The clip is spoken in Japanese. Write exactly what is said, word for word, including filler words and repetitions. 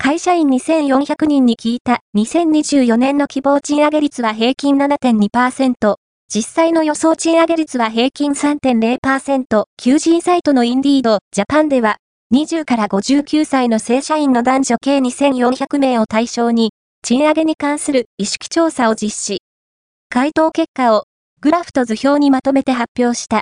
会社員にせんよんひゃくにんに聞いたにせんにじゅうよねんの希望賃上げ率は平均 ななてんにパーセント、実際の予想賃上げ率は平均 さんてんゼロパーセント、求人サイトのインディード、ジャパンでは、にじゅうからごじゅうきゅうさいの正社員の男女計にせんよんひゃくめいを対象に、賃上げに関する意識調査を実施。回答結果を、グラフと図表にまとめて発表した。